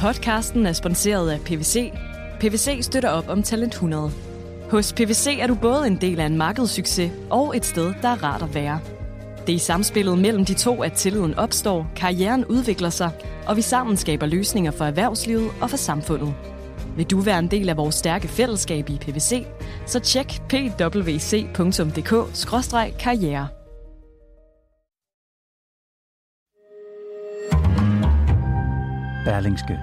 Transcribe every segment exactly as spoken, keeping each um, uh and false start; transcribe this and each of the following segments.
Podcasten er sponsoreret af P V C. P V C støtter op om Talent hundrede. Hos P V C er du både en del af en markedssucces og et sted, der er rart at være. Det er i samspillet mellem de to, at tilliden opstår, karrieren udvikler sig, og vi sammen skaber løsninger for erhvervslivet og for samfundet. Vil du være en del af vores stærke fællesskab i P V C, så tjek p w c punktum d k skråstreg karriere. Berlingske.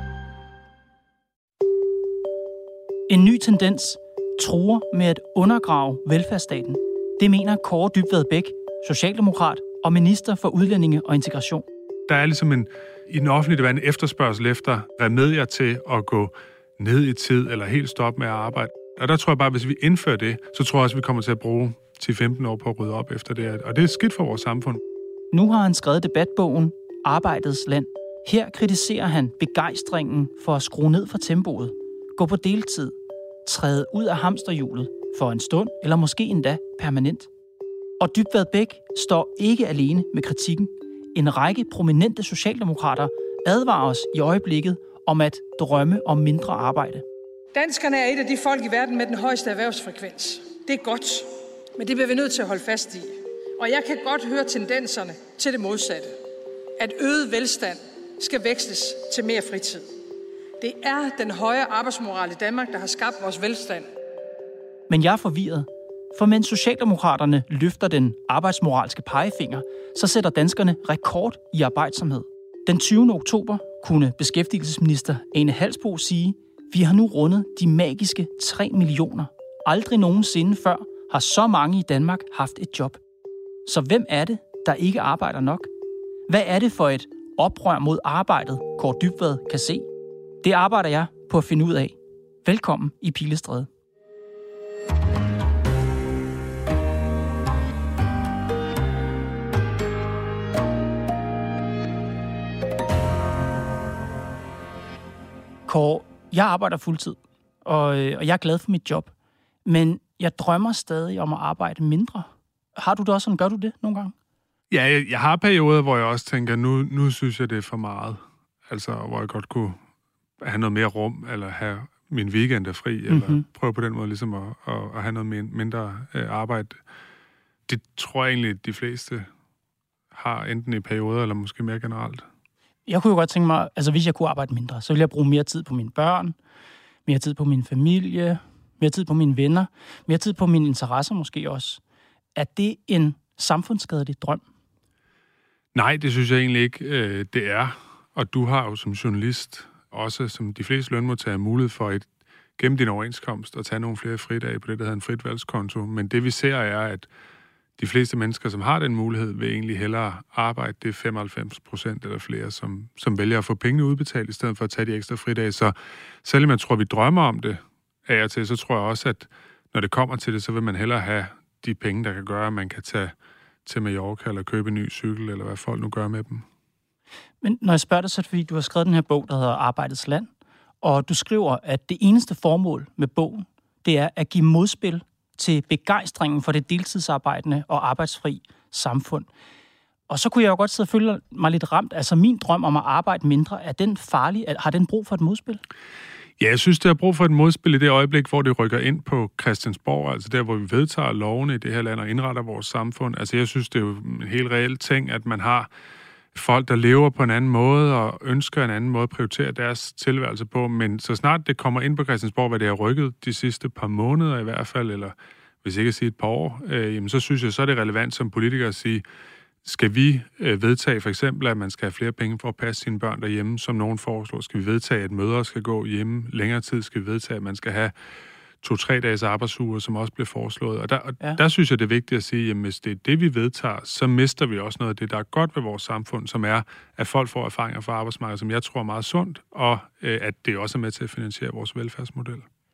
En ny tendens truer med at undergrave velfærdsstaten. Det mener Kaare Dybvad Bek, socialdemokrat og minister for udlændinge og integration. Der er ligesom en, i den offentlige debat en efterspørgsel efter remedier til at gå ned i tid eller helt stoppe med at arbejde. Og der tror jeg bare, at hvis vi indfører det, så tror jeg også, at vi kommer til at bruge ti til femten år på at rydde op efter det. Og det er skidt for vores samfund. Nu har han skrevet debatbogen Arbejdets Land. Her kritiserer han begejstringen for at skrue ned for tempoet, gå på deltid, træde ud af hamsterhjulet for en stund, eller måske endda permanent. Og Dybvad Bek står ikke alene med kritikken. En række prominente socialdemokrater advarer os i øjeblikket om at drømme om mindre arbejde. Danskerne er et af de folk i verden med den højeste erhvervsfrekvens. Det er godt, men det bliver vi nødt til at holde fast i. Og jeg kan godt høre tendenserne til det modsatte. At øget velstand skal veksles til mere fritid. Det er den høje arbejdsmoral i Danmark, der har skabt vores velstand. Men jeg er forvirret, for mens Socialdemokraterne løfter den arbejdsmoralske pegefinger, så sætter danskerne rekord i arbejdsomhed. Den tyvende oktober kunne beskæftigelsesminister Ane Halsboe sige, vi har nu rundet de magiske tre millioner. Aldrig nogensinde før har så mange i Danmark haft et job. Så hvem er det, der ikke arbejder nok? Hvad er det for et oprør mod arbejdet, Kaare Dybvad kan se? Det arbejder jeg på at finde ud af. Velkommen i Pilestræde. Kaare, jeg arbejder fuldtid, og, og jeg er glad for mit job. Men jeg drømmer stadig om at arbejde mindre. Har du det også sådan? Gør du det nogle gange? Ja, jeg, jeg har perioder, hvor jeg også tænker, nu, nu synes jeg, det er for meget. Altså, hvor jeg godt kunne have noget mere rum, eller have min weekend er fri, mm-hmm. eller prøve på den måde ligesom at, at, at have noget mindre øh, arbejde. Det tror jeg egentlig, de fleste har enten i perioder, eller måske mere generelt. Jeg kunne jo godt tænke mig, altså hvis jeg kunne arbejde mindre, så ville jeg bruge mere tid på mine børn, mere tid på min familie, mere tid på mine venner, mere tid på mine interesser måske også. Er det en samfundsskadelig drøm? Nej, det synes jeg egentlig ikke, øh, det er. Og du har jo som journalist, også som de fleste lønmodtagere, mulighed for et, gennem din overenskomst at tage nogle flere fridage på det, der hedder en fritvalgskonto. Men det vi ser er, at de fleste mennesker, som har den mulighed, vil egentlig hellere arbejde. Det er femoghalvfems procent eller flere, som, som vælger at få pengene udbetalt, i stedet for at tage de ekstra fridage. Så selvom jeg tror, vi drømmer om det af og til, så tror jeg også, at når det kommer til det, så vil man hellere have de penge, der kan gøre, at man kan tage til Mallorca eller købe en ny cykel, eller hvad folk nu gør med dem. Men når jeg spørger dig, så er det fordi, du har skrevet den her bog, der hedder Arbejdets Land, og du skriver, at det eneste formål med bogen, det er at give modspil til begejstringen for det deltidsarbejdende og arbejdsfri samfund. Og så kunne jeg jo godt sidde og føle mig lidt ramt. Altså min drøm om at arbejde mindre, er den farlig? Har den brug for et modspil? Ja, jeg synes, det har brug for et modspil i det øjeblik, hvor det rykker ind på Christiansborg, altså der, hvor vi vedtager lovene i det her land og indretter vores samfund. Altså jeg synes, det er jo en helt reel ting, at man har folk, der lever på en anden måde og ønsker en anden måde at prioritere deres tilværelse på. Men så snart det kommer ind på Christiansborg, hvad det har rykket de sidste par måneder i hvert fald, eller hvis ikke at sige et par år, øh, jamen så synes jeg, så er det relevant som politiker at sige, skal vi øh, vedtage for eksempel, at man skal have flere penge for at passe sine børn derhjemme, som nogen foreslår? Skal vi vedtage, at mødre skal gå hjemme længere tid? Skal vi vedtage, at man skal have to-tre dages arbejdsuger, som også bliver foreslået? Og der, og ja. der synes jeg, det er vigtigt at sige, at hvis det er det, vi vedtager, så mister vi også noget af det, der er godt ved vores samfund, som er, at folk får erfaringer fra arbejdsmarkedet, som jeg tror er meget sundt, og øh, at det også er med til at finansiere vores velfærdsmodel.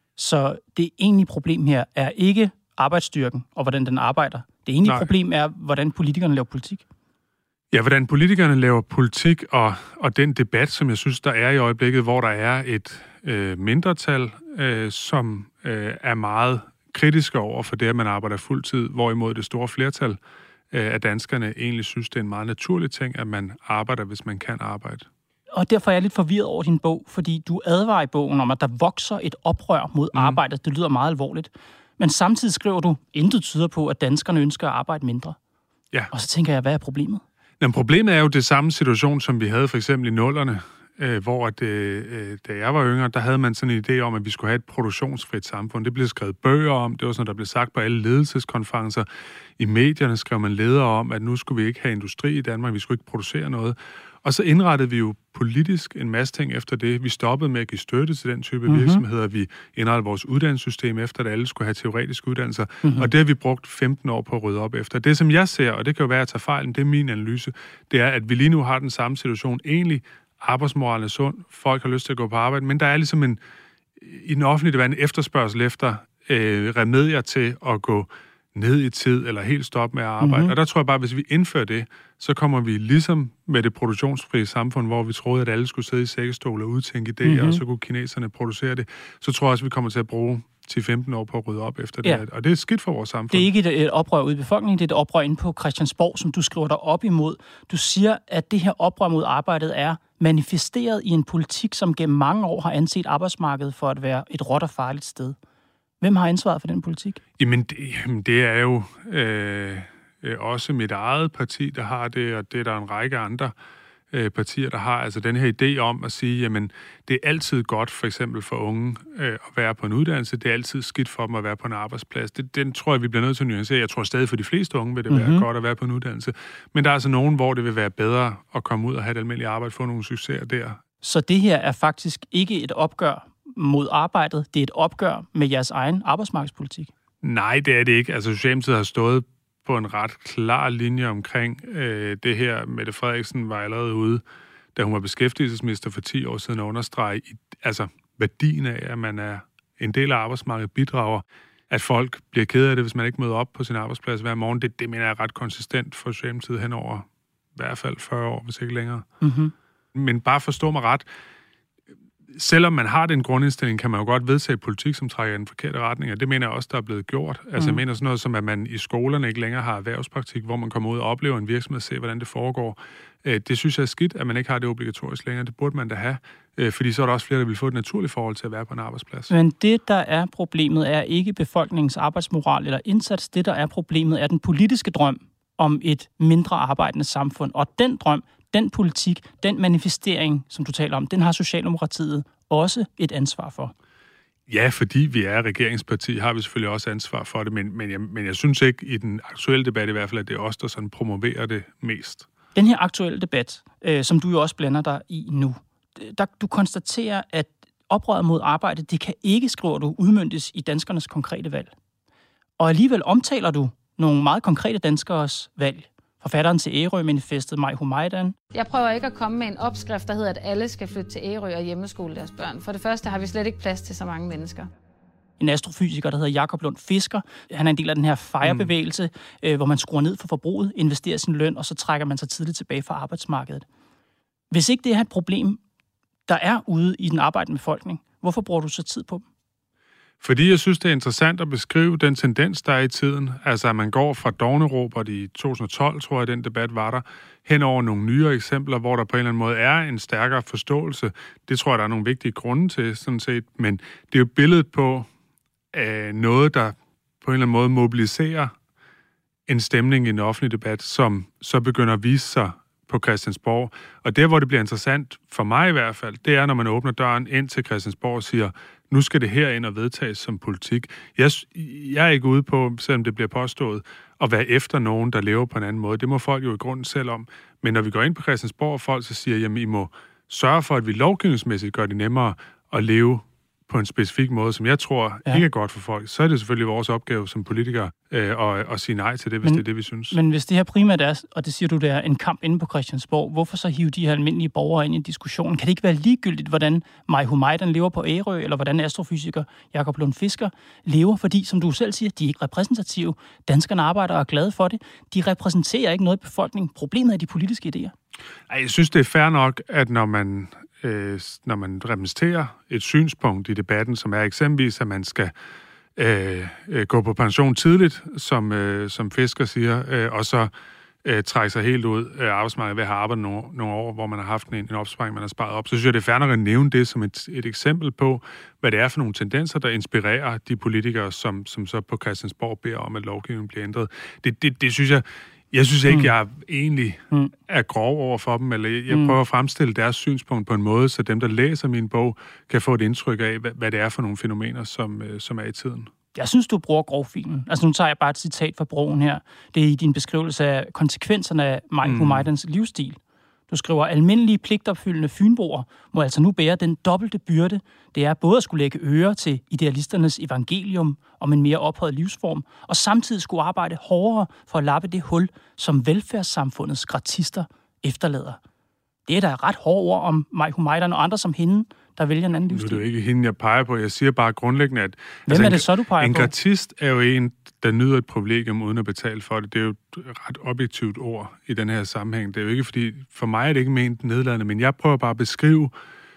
Så det egentlige problem her er ikke arbejdsstyrken og hvordan den arbejder. Det egentlige Nej. problem er, hvordan politikerne laver politik. Ja, hvordan politikerne laver politik, og, og den debat, som jeg synes, der er i øjeblikket, hvor der er et øh, mindretal, øh, som øh, er meget kritiske over for det, at man arbejder fuldtid, hvorimod det store flertal øh, af danskerne egentlig synes, det er en meget naturlig ting, at man arbejder, hvis man kan arbejde. Og derfor er jeg lidt forvirret over din bog, fordi du advarer i bogen om, at der vokser et oprør mod mm. arbejdet. Det lyder meget alvorligt. Men samtidig skriver du, intet tyder på, at danskerne ønsker at arbejde mindre. Ja. Og så tænker jeg, hvad er problemet? Jamen, problemet er jo det samme situation, som vi havde for eksempel i nullerne, øh, hvor at, øh, da jeg var yngre, der havde man sådan en idé om, at vi skulle have et produktionsfrit samfund. Det blev skrevet bøger om, det var sådan, der blev sagt på alle ledelseskonferencer. I medierne skrev man ledere om, at nu skulle vi ikke have industri i Danmark, vi skulle ikke producere noget. Og så indrettede vi jo politisk en masse ting efter det. Vi stoppede med at give støtte til den type mm-hmm. virksomheder. Vi indrettede vores uddannelsessystem efter, at alle skulle have teoretiske uddannelser. Mm-hmm. Og det har vi brugt femten år på at rydde op efter. Det, som jeg ser, og det kan jo være, at jeg tager fejl, men det er min analyse, det er, at vi lige nu har den samme situation. Egentlig arbejdsmoralen er sund, folk har lyst til at gå på arbejde, men der er ligesom en, i den offentlige debat en efterspørgsel efter øh, remedier til at gå ned i tid, eller helt stoppe med at arbejde. Mm-hmm. Og der tror jeg bare, at hvis vi indfører det, så kommer vi ligesom med det produktionsfrie samfund, hvor vi troede, at alle skulle sidde i sækkestol og udtænke idéer, mm-hmm. og så kunne kineserne producere det. Så tror jeg også, at vi kommer til at bruge ti til femten år på at rydde op efter det. Ja. Og det er skidt for vores samfund. Det er ikke et, et oprør ude i befolkningen, det er et oprør inde på Christiansborg, som du skriver dig op imod. Du siger, at det her oprør mod arbejdet er manifesteret i en politik, som gennem mange år har anset arbejdsmarkedet for at være et råt og farligt sted. Hvem har ansvaret for den politik? Jamen, det, det er jo øh, også mit eget parti, der har det, og det er der en række andre øh, partier, der har. Altså den her idé om at sige, jamen, det er altid godt, for eksempel for unge, øh, at være på en uddannelse. Det er altid skidt for dem at være på en arbejdsplads. Det, den tror jeg, vi bliver nødt til at nuancere. Jeg tror stadig for de fleste unge vil det mm-hmm. være godt at være på en uddannelse. Men der er altså nogen, hvor det vil være bedre at komme ud og have et almindeligt arbejde, få nogle succeser der. Så det her er faktisk ikke et opgør mod arbejdet, det er et opgør med jeres egen arbejdsmarkedspolitik? Nej, det er det ikke. Altså, Socialdemokratiet har stået på en ret klar linje omkring øh, det her. Mette Frederiksen var allerede ude, da hun var beskæftigelsesminister for ti år siden, at understrege i, altså, værdien af, at man er en del af arbejdsmarkedet, bidrager, at folk bliver ked af det, hvis man ikke møder op på sin arbejdsplads hver morgen. Det, det mener jeg er ret konsistent for Socialdemokratiet hen over i hvert fald fyrre år, hvis ikke længere. Mm-hmm. Men bare forstå mig ret. Selvom man har den grundindstilling, kan man jo godt vedtage politik, som trækker i den forkerte retning, og det mener jeg også, der er blevet gjort. Altså mm. jeg mener sådan noget som, at man i skolerne ikke længere har erhvervspraktik, hvor man kommer ud og oplever en virksomhed og ser, hvordan det foregår. Det synes jeg er skidt, at man ikke har det obligatorisk længere. Det burde man da have, fordi så er der også flere, der vil få et naturligt forhold til at være på en arbejdsplads. Men det, der er problemet, er ikke befolkningens arbejdsmoral eller indsats. Det, der er problemet, er den politiske drøm om et mindre arbejdende samfund. Og den drøm, den politik, den manifestering, som du taler om, den har Socialdemokratiet også et ansvar for. Ja, fordi vi er regeringsparti, har vi selvfølgelig også ansvar for det, men, men, jeg, men jeg synes ikke i den aktuelle debat i hvert fald, at det er os, der sådan promoverer det mest. Den her aktuelle debat, øh, som du jo også blander dig i nu, der, du konstaterer, at oprøret mod arbejde, det kan ikke, skriver du, udmøntes i danskernes konkrete valg. Og alligevel omtaler du nogle meget konkrete danskers valg. Forfatteren til Ærø-manifestet, Mai Humaydan. Jeg prøver ikke at komme med en opskrift, der hedder, at alle skal flytte til Ærø og hjemmeskole deres børn. For det første har vi slet ikke plads til så mange mennesker. En astrofysiker, der hedder Jakob Lund Fisker. Han er en del af den her FIRE-bevægelse, mm. hvor man skruer ned for forbruget, investerer sin løn, og så trækker man sig tidligt tilbage fra arbejdsmarkedet. Hvis ikke det er et problem, der er ude i den arbejdende befolkning, hvorfor bruger du så tid på dem? Fordi jeg synes, det er interessant at beskrive den tendens, der er i tiden. Altså, at man går fra Dovne-Robert i to tusind og tolv, tror jeg, den debat var der, hen over nogle nyere eksempler, hvor der på en eller anden måde er en stærkere forståelse. Det tror jeg, der er nogle vigtige grunde til, sådan set. Men det er jo billedet på øh, noget, der på en eller anden måde mobiliserer en stemning i en offentlig debat, som så begynder at vise sig på Christiansborg. Og der, hvor det bliver interessant, for mig i hvert fald, det er, når man åbner døren ind til Christiansborg og siger, nu skal det herind og vedtages som politik. Jeg, jeg er ikke ude på, selvom det bliver påstået, at være efter nogen, der lever på en anden måde. Det må folk jo i grunden selv om. Men når vi går ind på Christiansborg, og folk så siger, jamen I må sørge for, at vi lovgivningsmæssigt gør det nemmere at leve på en specifik måde, som jeg tror ja. ikke er godt for folk, så er det selvfølgelig vores opgave som politikere øh, at, at sige nej til det, hvis men, det er det, vi synes. Men hvis det her primært er, og det siger du, det er en kamp inde på Christiansborg, hvorfor så hive de her almindelige borgere ind i diskussionen? Kan det ikke være ligegyldigt, hvordan Mai Humaydan lever på Ærø, eller hvordan astrofysiker Jakob Lund Fisker lever? Fordi, som du selv siger, de er ikke repræsentative. Danskerne arbejder og er glade for det. De repræsenterer ikke noget i befolkningen. Problemet er de politiske idéer. Ej, jeg synes, det er fair nok, at når man Øh, når man repræsenterer et synspunkt i debatten, som er eksempelvis, at man skal øh, øh, gå på pension tidligt, som, øh, som Fisker siger, øh, og så øh, trække sig helt ud af arbejdsmarkedet ved at have arbejdet nogle, nogle år, hvor man har haft en, en opsparing, man har sparet op. Så synes jeg, det er fair nok at nævne det som et, et eksempel på, hvad det er for nogle tendenser, der inspirerer de politikere, som, som så på Christiansborg beder om, at lovgivningen bliver ændret. Det, det, det synes jeg... Jeg synes ikke, mm. jeg egentlig mm. er grov over for dem, eller jeg prøver at fremstille deres synspunkt på en måde, så dem, der læser min bog, kan få et indtryk af, hvad, hvad det er for nogle fænomener, som, som er i tiden. Jeg synes, du bruger grovfilen. Altså nu tager jeg bare et citat fra Broen her. Det er i din beskrivelse af konsekvenserne af Mai Humaydans mm. livsstil. Du skriver, almindelige pligtopfyldende fynboer må altså nu bære den dobbelte byrde. Det er både at skulle lægge øre til idealisternes evangelium om en mere ophøjet livsform, og samtidig skulle arbejde hårdere for at lappe det hul, som velfærdssamfundets gratister efterlader. Det er da ret hårde ord om Mai Humaydan og andre som hende, der vælger en anden livsstil. Nu er det jo ikke hende, jeg peger på. Jeg siger bare grundlæggende, at... Hvem altså, er det så, du peger en, på? En gratist er jo en, der nyder et privilegium uden at betale for det. Det er jo et ret objektivt ord i den her sammenhæng. Det er jo ikke fordi... For mig er det ikke ment nedladende, men jeg prøver bare at beskrive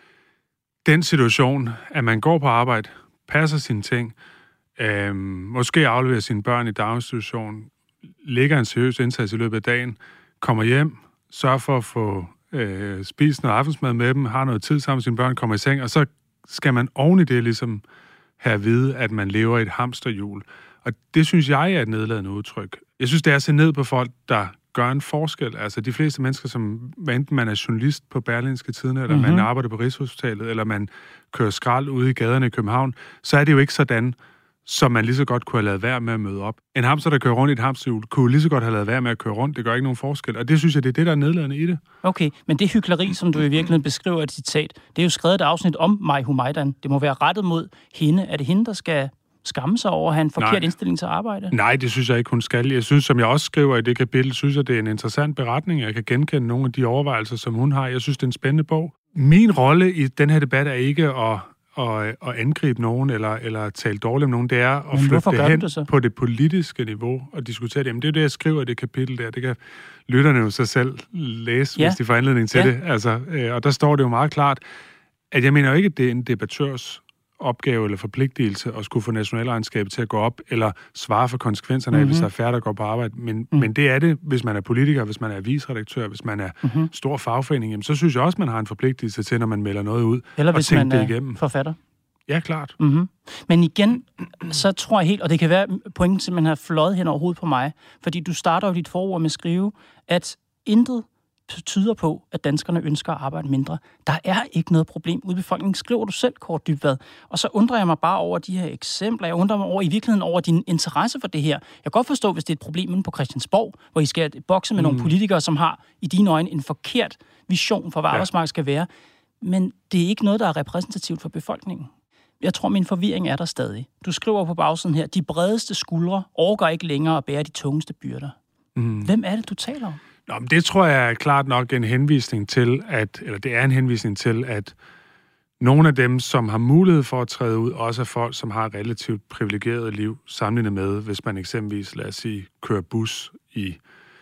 den situation, at man går på arbejde, passer sine ting, øh, måske afleverer sine børn i daginstitutionen, lægger en seriøs indsats i løbet af dagen, kommer hjem, sørger for at få øh, spist noget aftensmad med dem, har noget tid sammen med sine børn, kommer i seng, og så skal man oven i det ligesom have at vide, at man lever i et hamsterhjul. Og det synes jeg er et nedladende udtryk. Jeg synes, det er at se ned på folk, der gør en forskel. Altså de fleste mennesker, som enten man er journalist på Berlingske Tidende, eller mm-hmm. man arbejder på Rigshospitalet, eller man kører skrald ude i gaderne i København, så er det jo ikke sådan, som man lige så godt kunne have lavet være med at møde op. En hamster, der kører rundt i et hamsterhjul, kunne lige så godt have lavet være med at køre rundt. Det gør ikke nogen forskel. Og det synes jeg, det er det, der er nedladende i det. Okay, men det hykleri, som du i virkeligheden beskriver i et citat, det er jo skrevet et afsnit om Mai Humaydan. Det må være rettet mod hende. Er det hende, der skal skamme sig over at have en forkert Nej. indstilling til arbejde? Nej, det synes jeg ikke, hun skal. Jeg synes, som jeg også skriver i det kapitel, synes jeg, det er en interessant beretning. Jeg kan genkende nogle af de overvejelser, som hun har. Jeg synes, det er en spændende bog. Min rolle i den her debat er ikke at Og, og angribe nogen, eller, eller tale dårligt om nogen, det er at flytte det hen det på det politiske niveau, og diskutere det. Jamen, det er jo det, jeg skriver i det kapitel der. Det kan lytterne jo sig selv læse, ja. hvis de får anledning til ja. det. Altså, øh, og der står det jo meget klart, at jeg mener jo ikke, at det er en debattørs opgave eller forpligtelse at skulle få nationalregnskabet til at gå op, eller svare for konsekvenserne af, mm-hmm. hvis der er færre, der går på arbejde. Men, mm. men det er det, hvis man er politiker, hvis man er avisredaktør, hvis man er mm-hmm. stor fagforening, jamen, så synes jeg også, man har en forpligtelse til, når man melder noget ud, eller og hvis tænke man det igennem. Forfatter. Ja, klart. Mm-hmm. Men igen, så tror jeg helt, og det kan være, pointen simpelthen har fløjet hen over hovedet på mig, fordi du starter jo dit forord med at skrive, at intet tyder på, at danskerne ønsker at arbejde mindre. Der er ikke noget problem ude i befolkningen, skriver du selv, Kaare Dybvad. Og så undrer jeg mig bare over de her eksempler. Jeg undrer mig over, i virkeligheden over din interesse for det her. Jeg kan godt forstå, hvis det er et problem inde på Christiansborg, hvor I skal bokse med mm. nogle politikere, som har i dine øjne en forkert vision for, hvad ja. arbejdsmarkedet skal være. Men det er ikke noget, der er repræsentativt for befolkningen. Jeg tror, min forvirring er der stadig. Du skriver på bagsiden her, de bredeste skuldre overgår ikke længere at bære de tungeste byrder. Mm. Hvem er det, du taler om? Nå, men det tror jeg er klart nok en henvisning til, at, eller det er en henvisning til, at nogle af dem, som har mulighed for at træde ud, også er folk, som har et relativt privilegeret liv, sammenlignet med, hvis man eksempelvis, lad os sige, kører bus i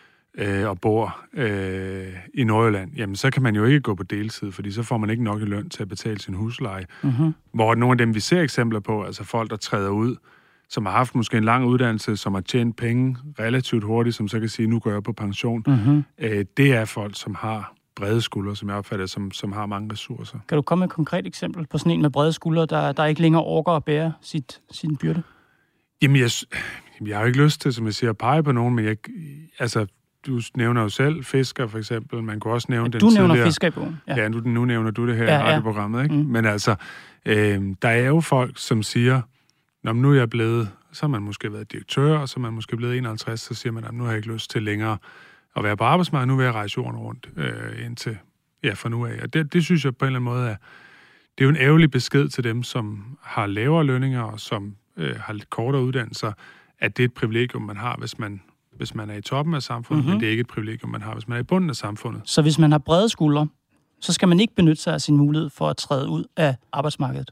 øh, og bor øh, i Nordjylland, jamen så kan man jo ikke gå på deltid, fordi så får man ikke nok i løn til at betale sin husleje. Mm-hmm. Hvor nogle af dem, vi ser eksempler på, altså folk, der træder ud, som har haft måske en lang uddannelse, som har tjent penge relativt hurtigt, som så kan sige, nu går jeg på pension. Mm-hmm. Øh, det er folk, som har brede skuldre, som jeg opfatter, som, som har mange ressourcer. Kan du komme med et konkret eksempel på sådan en med brede skuldre, der, der ikke længere overgår at bære sit, sin byrde? Jamen, jeg, jeg har jo ikke lyst til, som jeg siger, at pege på nogen, men jeg, altså, du nævner jo selv Fisker, for eksempel. Man kunne også nævne ja, den du tidligere... nævner Fisker i bogen. Ja, ja nu, nu nævner du det her ja, radioprogrammet, ikke? Mm. Men altså, øh, der er jo folk, som siger, når nu er jeg blevet, så har man måske været direktør, og så er man måske blevet enoghalvtreds, så siger man, at nu har jeg ikke lyst til længere at være på arbejdsmarkedet, nu vil jeg rejse jorden rundt øh, indtil, ja, fra nu af. Og det, det synes jeg på en eller anden måde er, det er jo en ærgerlig besked til dem, som har lavere lønninger, og som øh, har lidt kortere uddannelser, at det er et privilegium, man har, hvis man, hvis man er i toppen af samfundet, mm-hmm. men det er ikke et privilegium, man har, hvis man er i bunden af samfundet. Så hvis man har brede skuldre, så skal man ikke benytte sig af sin mulighed for at træde ud af arbejdsmarkedet?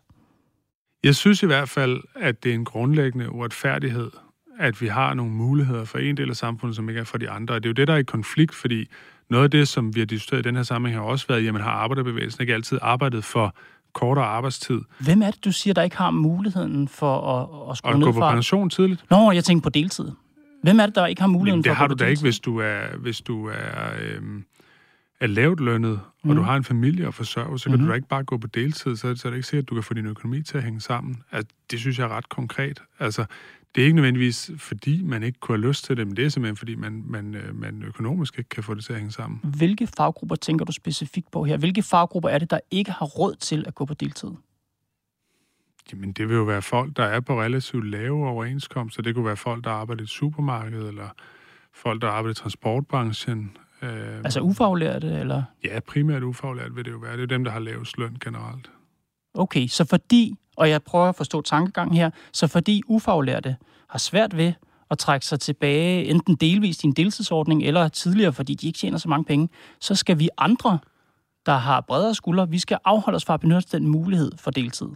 Jeg synes i hvert fald, at det er en grundlæggende uretfærdighed, at vi har nogle muligheder for en del af samfundet, som ikke er for de andre. Og det er jo det, der er i konflikt, fordi noget af det, som vi har diskuteret i den her sammenhæng, har også været, jamen har arbejderbevægelsen ikke altid arbejdet for kortere arbejdstid. Hvem er det, du siger, der ikke har muligheden for at, at skrue ned fra? At gå på pension tidligt? Nå, jeg tænker på deltid. Hvem er det, der ikke har muligheden Jamen, for det at har gå du på da ikke, deltid? hvis du er, hvis du er, øhm, er lavt lønnet, mm. og du har en familie at forsørge, så kan mm-hmm. du da ikke bare gå på deltid, så, så er det ikke sikkert, at du kan få din økonomi til at hænge sammen. Altså, det synes jeg er ret konkret. Altså, det er ikke nødvendigvis, fordi man ikke kunne have lyst til det, men det er simpelthen, fordi man, man, man økonomisk ikke kan få det til at hænge sammen. Hvilke faggrupper tænker du specifikt på her? Hvilke faggrupper er det, der ikke har råd til at gå på deltid? Jamen, det vil jo være folk, der er på relativt lave overenskomster. Det kunne være folk, der arbejder i et supermarked, eller folk, der arbejder i transportbranchen. Øh, Altså ufaglærte, eller? Ja, primært ufaglært vil det jo være. Det er dem, der har lavest løn generelt. Okay, så fordi, og jeg prøver at forstå tankegangen her, så fordi ufaglærte har svært ved at trække sig tilbage, enten delvist i en deltidsordning, eller tidligere, fordi de ikke tjener så mange penge, så skal vi andre, der har bredere skuldre, vi skal afholde os fra at benytte den mulighed for deltid.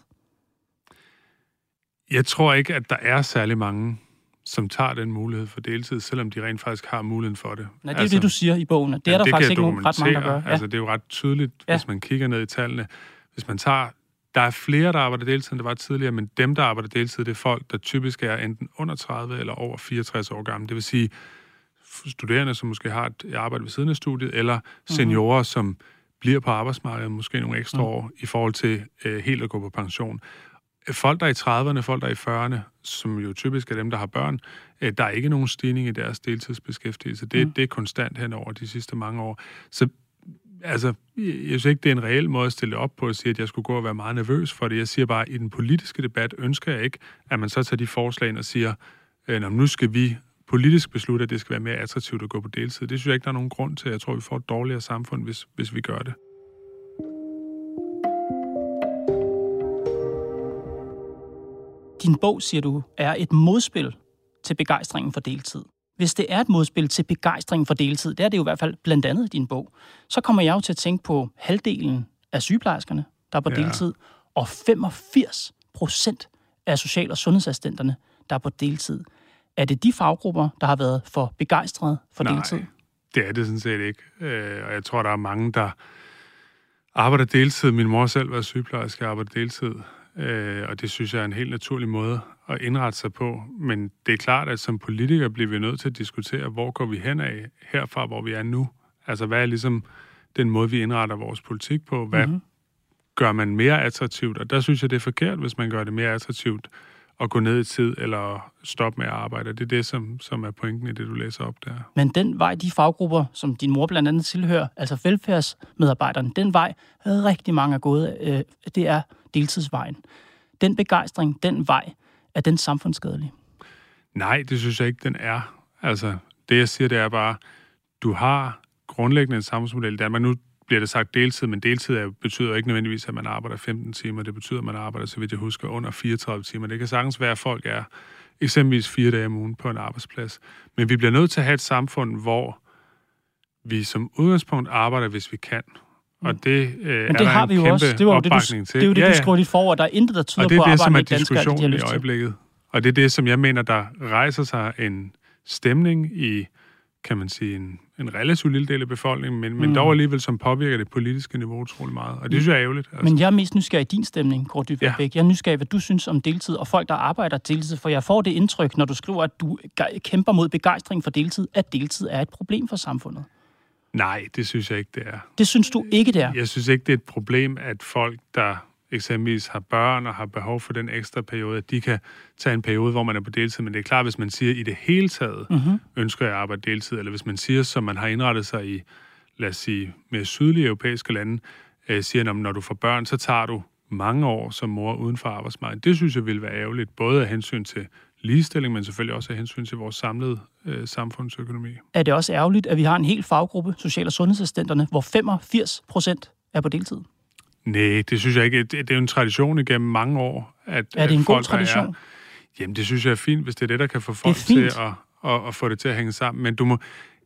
Jeg tror ikke, at der er særlig mange, som tager den mulighed for deltid, selvom de rent faktisk har muligheden for det. Nej, det er altså, det, du siger i bogen. Det er der det faktisk ikke nogen ret mange, der gør. Ja. Altså, det er jo ret tydeligt, ja. hvis man kigger ned i tallene. Hvis man tager, der er flere, der arbejder deltid, end det var tidligere, men dem, der arbejder deltid, det er folk, der typisk er enten under tredive eller over fireogtres år gamle. Det vil sige studerende, som måske har et arbejde ved siden af studiet, eller seniorer, mm-hmm. som bliver på arbejdsmarkedet måske nogle ekstra mm. år i forhold til øh, helt at gå på pension. Folk, der er i trediverne, folk, der er i fyrrerne, som jo typisk er dem, der har børn, øh, der er ikke nogen stigning i deres deltidsbeskæftigelse. Det, mm. det er konstant hen over de sidste mange år. Så altså, jeg synes ikke, det er en reel måde at stille op på at sige, at jeg skulle gå og være meget nervøs for det. Jeg siger bare, at i den politiske debat ønsker jeg ikke, at man så tager de forslag ind og siger, øh, nu skal vi politisk beslutte, at det skal være mere attraktivt at gå på deltid. Det synes jeg ikke, der er nogen grund til. Jeg tror, vi får et dårligere samfund, hvis, hvis vi gør det. Din bog, siger du, er et modspil til begejstringen for deltid. Hvis det er et modspil til begejstringen for deltid, det er det jo i hvert fald blandt andet i din bog, så kommer jeg jo til at tænke på halvdelen af sygeplejerskerne, der er på ja. deltid, og femogfirs procent af social- og sundhedsassistenterne, der er på deltid. Er det de faggrupper, der har været for begejstrede for Nej, deltid? det er det sådan set ikke. Øh, og jeg tror, der er mange, der arbejder deltid. Min mor selv var sygeplejerske og arbejder deltid. Øh, og det synes jeg er en helt naturlig måde at indrette sig på. Men det er klart, at som politikere bliver vi nødt til at diskutere, hvor går vi hen af herfra, hvor vi er nu. Altså, hvad er ligesom den måde, vi indretter vores politik på? Hvad mm-hmm. gør man mere attraktivt? Og der synes jeg, det er forkert, hvis man gør det mere attraktivt at gå ned i tid eller stoppe med at arbejde. Det er det, som, som er pointen i det, du læser op der. Men den vej, de faggrupper, som din mor blandt andet tilhører, altså velfærdsmedarbejderne, den vej, rigtig mange er gået, øh, det er deltidsvejen. Den begejstring, den vej, er den samfundsskadelig? Nej, det synes jeg ikke, den er. Altså, det jeg siger, det er bare, du har grundlæggende en samfundsmodel i Danmark. Nu bliver det sagt deltid, men deltid er, betyder jo ikke nødvendigvis, at man arbejder femten timer. Det betyder, at man arbejder, så vidt jeg husker, under fireogtredive timer. Det kan sagtens være, at folk er eksempelvis fire dage om ugen på en arbejdsplads. Men vi bliver nødt til at have et samfund, hvor vi som udgangspunkt arbejder, hvis vi kan. Og det, øh, men det er har vi jo også. Det var jo det, du, til. det, er jo det, ja, ja. du skriver dit forord. Der er intet, der tyder på at arbejde med danskere, de har lyst til. Og det er det, som er diskussionen i øjeblikket. Og det er det, som jeg mener, der rejser sig en stemning i, kan man sige, en, en relativt lille del af befolkningen, men, mm. men dog alligevel, som påvirker det politiske niveau utrolig meget. Og det synes jeg er ærgerligt. Altså. Men jeg er mest nysgerrig i din stemning, Kaare Dybvad Bek. Jeg er nysgerrig, hvad du synes om deltid og folk, der arbejder deltid. For jeg får det indtryk, når du skriver, at du kæmper mod begejstring for deltid, at deltid er et problem for samfundet. Nej, det synes jeg ikke, det er. Det synes du ikke, det er? Jeg synes ikke, det er et problem, at folk, der eksempelvis har børn og har behov for den ekstra periode, at de kan tage en periode, hvor man er på deltid. Men det er klart, hvis man siger, at i det hele taget mm-hmm. ønsker jeg at arbejde deltid, eller hvis man siger, som man har indrettet sig i, lad os sige, mere sydlige europæiske lande, øh, siger, at når du får børn, så tager du mange år som mor uden for arbejdsmarkedet. Det synes jeg vil være ærgerligt, både af hensyn til ligestilling, men selvfølgelig også af hensyn til vores samlede øh, samfundsøkonomi. Er det også ærgerligt, at vi har en hel faggruppe, social- og sundhedsassistenterne, hvor femogfirs procent er på deltid? Nej, det synes jeg ikke. Det, det er jo en tradition igennem mange år. At, er det en god tradition? Er, jamen, det synes jeg er fint, hvis det er det, der kan få folk til at, at, at få det til at hænge sammen. Men du må...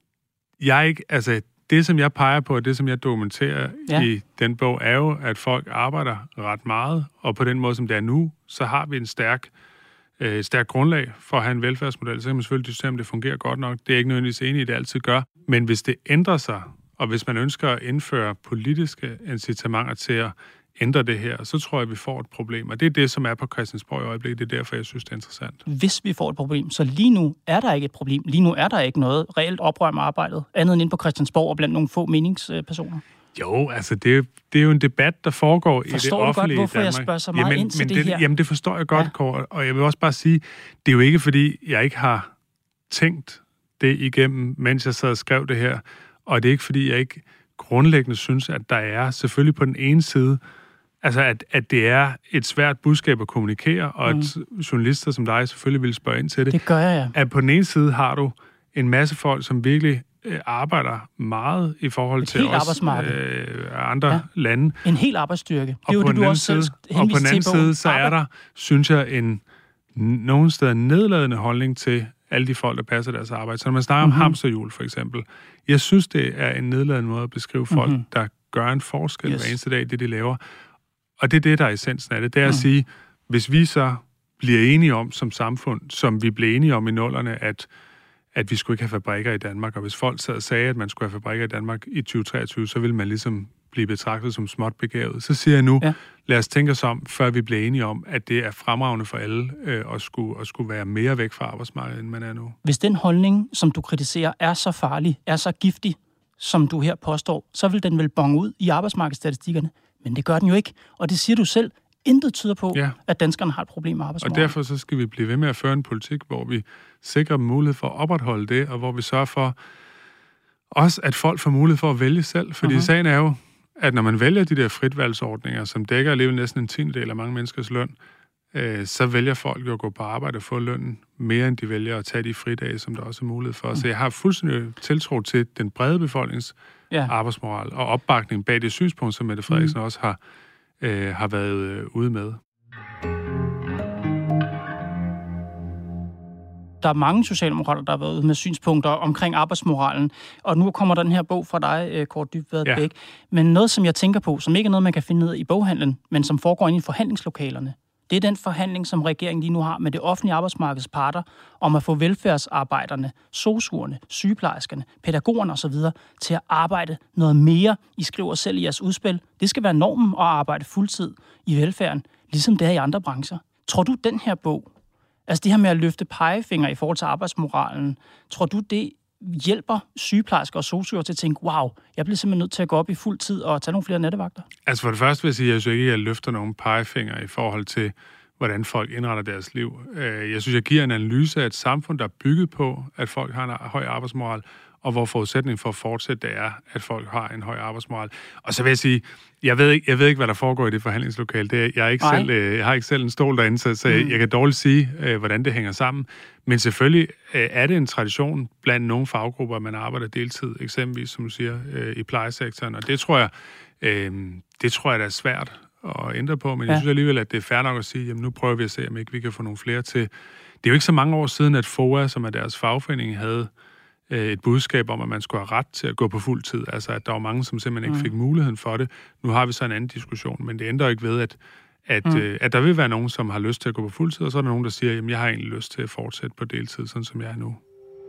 Jeg ikke... Altså, det, som jeg peger på, og det, som jeg dokumenterer ja. i den bog, er jo, at folk arbejder ret meget, og på den måde, som det er nu, så har vi en stærk, øh, stærk grundlag for at have en velfærdsmodel. Så kan man selvfølgelig diskutere, om det fungerer godt nok. Det er ikke nødvendigvis enig i, det altid gør. Men hvis det ændrer sig, og hvis man ønsker at indføre politiske incitamenter til at ændre det her, så tror jeg, vi får et problem. Og det er det, som er på Christiansborg i øjeblikket. Det er derfor, jeg synes, det er interessant. Hvis vi får et problem, så lige nu er der ikke et problem. Lige nu er der ikke noget reelt oprør med arbejdet, andet end inde på Christiansborg og blandt nogle få meningspersoner. Jo, altså det, det er jo en debat, der foregår Forstår i det offentlige godt, hvorfor i Danmark. jeg spørger så meget jamen, ind til men det, det her? Jamen, det forstår jeg godt, ja. Kåre. Og jeg vil også bare sige, det er jo ikke, fordi jeg ikke har tænkt det igennem, mens jeg sad og skrev det her. Og det er ikke, fordi jeg ikke grundlæggende synes, at der er selvfølgelig på den ene side, altså at, at det er et svært budskab at kommunikere, og mm. at journalister som dig selvfølgelig vil spørge ind til det. Det gør jeg, ja. At på den ene side har du en masse folk, som virkelig øh, arbejder meget i forhold et til os øh, andre ja. lande. En hel arbejdsstyrke. Det og er jo på det, du også side, selv Og på den anden side, så arbejde. er der, synes jeg, en nogen steder nedladende holdning til alle de folk, der passer deres arbejde. Så når man snakker mm-hmm. om hamsterhjul, for eksempel, jeg synes, det er en nedladende måde at beskrive folk, mm-hmm. der gør en forskel yes. hver eneste dag, det de laver. Og det er det, der er essensen af det. Det er mm. at sige, hvis vi så bliver enige om som samfund, som vi blev enige om i nullerne, at, at vi skulle ikke have fabrikker i Danmark, og hvis folk sad og sagde, at man skulle have fabrikker i Danmark i tyve treogtyve, så ville man ligesom blive betragtet som småt begavet. Så siger jeg nu, ja. lad os tænke os om, før vi bliver enige om, at det er fremragende for alle øh, at, skulle, at skulle være mere væk fra arbejdsmarkedet, end man er nu. Hvis den holdning, som du kritiserer, er så farlig, er så giftig, som du her påstår, så vil den vel bonge ud i arbejdsmarkedsstatistikkerne. Men det gør den jo ikke, og det siger du selv. Intet tyder på, ja. at danskerne har et problem med arbejdsmarkedet. Og derfor så skal vi blive ved med at føre en politik, hvor vi sikrer dem mulighed for at opretholde det, og hvor vi sørger for også, at folk får mulighed for at vælge selv. Fordi uh-huh. sagen er jo, at når man vælger de der fritvalgsordninger, som dækker alligevel næsten en tiendedel af mange menneskers løn, øh, så vælger folk jo at gå på arbejde og få lønnen mere, end de vælger at tage de fridage, som der også er mulighed for. Uh-huh. Så jeg har fuldstændig tiltro til den brede befolknings ja. arbejdsmoral og opbakning bag det synspunkt, som Mette Frederiksen uh-huh. også har Øh, har været øh, ude med. Der er mange socialdemokrater, der har været ude med synspunkter omkring arbejdsmoralen, og nu kommer der den her bog fra dig, Kaare Dybvad Bek. Ja. Men noget, som jeg tænker på, som ikke er noget, man kan finde ned i boghandlen, men som foregår inde i forhandlingslokalerne, det er den forhandling, som regeringen lige nu har med det offentlige arbejdsmarkeds parter om at få velfærdsarbejderne, sosuerne, sygeplejerskerne, pædagogerne osv. til at arbejde noget mere. I skriver selv i jeres udspil. Det skal være normen at arbejde fuldtid i velfærden, ligesom det er i andre brancher. Tror du, den her bog, altså det her med at løfte pegefinger i forhold til arbejdsmoralen, tror du, det hjælper sygeplejersker og sosuer til at tænke, wow, jeg bliver simpelthen nødt til at gå op i fuld tid og tage nogle flere nattevagter? Altså for det første vil jeg sige, at jeg synes ikke, at jeg løfter nogle pegefinger i forhold til, hvordan folk indretter deres liv. Jeg synes, jeg giver en analyse af et samfund, der er bygget på, at folk har en høj arbejdsmoral, og hvor forudsætningen for at fortsætte det er, at folk har en høj arbejdsmoral. Og så vil jeg sige, jeg ved ikke, jeg ved ikke hvad der foregår i det forhandlingslokale. Det er, jeg, er ikke selv, jeg har ikke selv en stol derinde, så, så mm. jeg, jeg kan dårligt sige, hvordan det hænger sammen. Men selvfølgelig er det en tradition blandt nogle faggrupper, at man arbejder deltid, eksempelvis, som du siger, i plejesektoren. Og det tror jeg, det tror jeg, der er svært at ændre på. Men ja. jeg synes alligevel, at det er fair nok at sige, jamen nu prøver vi at se, om ikke vi kan få nogle flere til. Det er jo ikke så mange år siden, at F O A, som er deres fagforening, havde et budskab om, at man skulle have ret til at gå på fuld tid. Altså, at der var mange, som simpelthen ikke fik muligheden for det. Nu har vi så en anden diskussion, men det ændrer ikke ved, at, at, mm. øh, at der vil være nogen, som har lyst til at gå på fuld tid, og så er der nogen, der siger, jamen, jeg har egentlig lyst til at fortsætte på deltid, sådan som jeg er nu.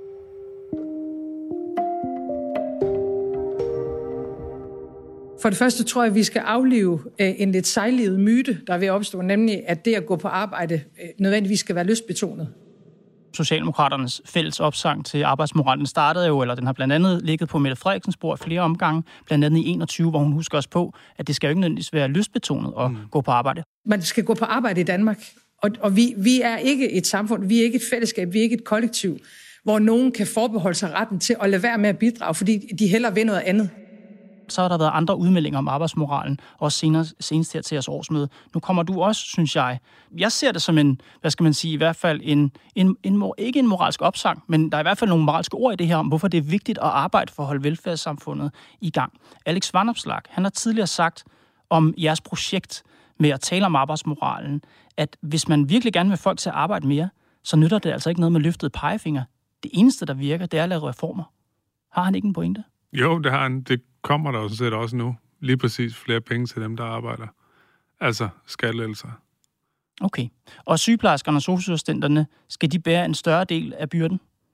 For det første tror jeg, at vi skal aflive øh, en lidt sejlivet myte, der er ved at opstå, nemlig at det at gå på arbejde øh, nødvendigvis skal være lystbetonet. Socialdemokraternes fælles opsang til arbejdsmoralen startede jo, eller den har blandt andet ligget på Mette Frederiksens bord flere omgange, blandt andet i enogtyve, hvor hun husker os på, at det skal jo ikke nødvendigvis være lystbetonet at mm. gå på arbejde. Man skal gå på arbejde i Danmark, og, og vi, vi er ikke et samfund, vi er ikke et fællesskab, vi er ikke et kollektiv, hvor nogen kan forbeholde sig retten til at lade være med at bidrage, fordi de hellere vil noget andet. Så har der været andre udmeldinger om arbejdsmoralen, også senere, senest her til jeres årsmøde. Nu kommer du også, synes jeg. Jeg ser det som en, hvad skal man sige, i hvert fald en, en, en ikke en moralsk opsang, men der er i hvert fald nogle moralske ord i det her om, hvorfor det er vigtigt at arbejde for at holde velfærdssamfundet i gang. Alex Vanopslagh, han har tidligere sagt om jeres projekt med at tale om arbejdsmoralen, at hvis man virkelig gerne vil folk til at arbejde mere, så nytter det altså ikke noget med løftede pegefinger. Det eneste, der virker, det er at lave reformer. Har han ikke en pointe? Jo, det har han. Det kommer der jo sådan set også nu. Lige præcis flere penge til dem, der arbejder. Altså skattelettelser. Okay. Og sygeplejerskerne og sosu-assistenterne, skal de bære en større del af byrden?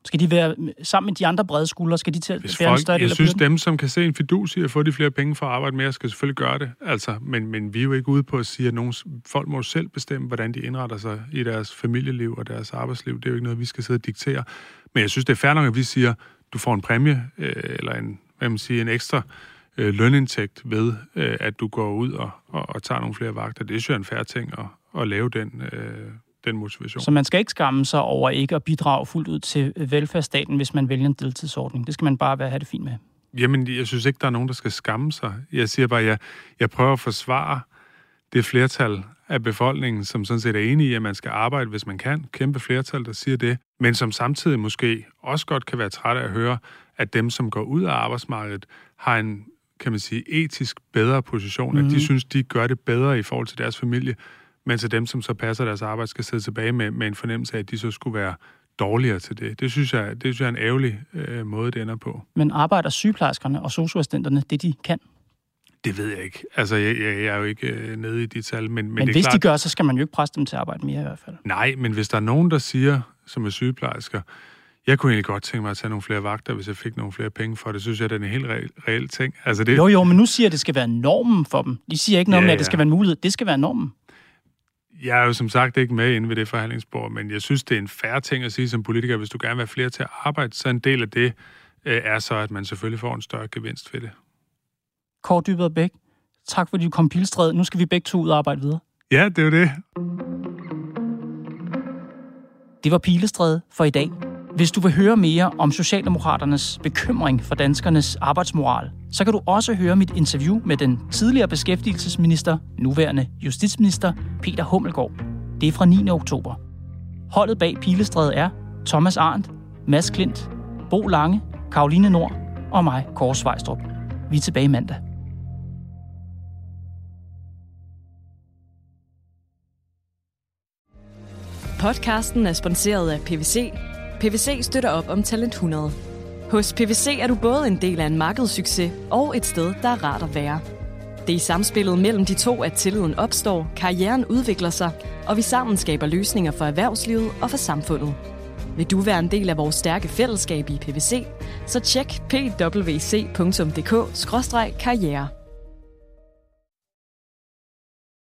Skal de være sammen med de andre brede skuldre? Skal de til at være en større del af Jeg synes, dem, som kan se en fidus i at få de flere penge for at arbejde mere, skal selvfølgelig gøre det. Altså, men, men vi er jo ikke ude på at sige, at nogle folk må selv bestemme, hvordan de indretter sig i deres familieliv og deres arbejdsliv. Det er jo ikke noget, vi skal sidde og diktere. Men jeg synes, det er fair nok, at vi siger, du får en præmie, øh, eller en, hvad man siger, en ekstra øh, lønindtægt ved, øh, at du går ud og, og, og tager nogle flere vagter. Det er jo en fair ting at, at lave den... Øh, den motivation. Så man skal ikke skamme sig over ikke at bidrage fuldt ud til velfærdsstaten, hvis man vælger en deltidsordning. Det skal man bare være have det fint med. Jamen, jeg synes ikke, der er nogen, der skal skamme sig. Jeg siger bare, at jeg, jeg prøver at forsvare det flertal af befolkningen, som sådan set er enige i, at man skal arbejde, hvis man kan. Kæmpe flertal, der siger det. Men som samtidig måske også godt kan være træt af at høre, at dem, som går ud af arbejdsmarkedet, har en, kan man sige, etisk bedre position. Mm. At de synes, de gør det bedre i forhold til deres familie, mens dem, som så passer deres arbejde, skal sidde tilbage med, med en fornemmelse af, at de så skulle være dårligere til det. Det synes jeg, det synes jeg er en ærgerlig øh, måde, det ender på. Men arbejder sygeplejerskerne og sosu-assistenterne det, de kan? Det ved jeg ikke. Altså, jeg, jeg, jeg er jo ikke øh, nede i de tal, men... Men, men det hvis er klart, de gør, så skal man jo ikke presse dem til at arbejde mere i hvert fald. Nej, men hvis der er nogen, der siger, som er sygeplejersker, jeg kunne egentlig godt tænke mig at tage nogle flere vagter, hvis jeg fik nogle flere penge for det, synes jeg, det er en helt reel, reel ting. Altså, det... Jo, jo, men nu siger at det skal være normen for dem. De siger ikke noget ja, med, at det skal være en mulighed. Det skal være normen. Jeg er jo som sagt ikke med inde ved det forhandlingsbord, men jeg synes, det er en fair ting at sige som politiker, hvis du gerne vil have flere til at arbejde, så en del af det øh, er så, at man selvfølgelig får en større gevinst ved det. Kaare Dybvad Bek, tak fordi du kom Pilestræde. Nu skal vi begge to ud og arbejde videre. Ja, det er jo det. Det var Pilestræde for i dag. Hvis du vil høre mere om Socialdemokraternes bekymring for danskernes arbejdsmoral, så kan du også høre mit interview med den tidligere beskæftigelsesminister, nuværende justitsminister Peter Hummelgaard. Det er fra niende oktober. Holdet bag Pilestræde er Thomas Arndt, Mads Klint, Bo Lange, Caroline Nord og mig, Kåre Svejstrup. Vi er tilbage mandag. Podcasten er sponsoreret af P V C. P V C støtter op om Talent hundrede. Hos P V C er du både en del af en markedssucces og et sted, der er rart at være. Det er i samspillet mellem de to, at tilliden opstår, karrieren udvikler sig, og vi sammen skaber løsninger for erhvervslivet og for samfundet. Vil du være en del af vores stærke fællesskab i P V C, så tjek p w c punktum d k skråstreg karriere.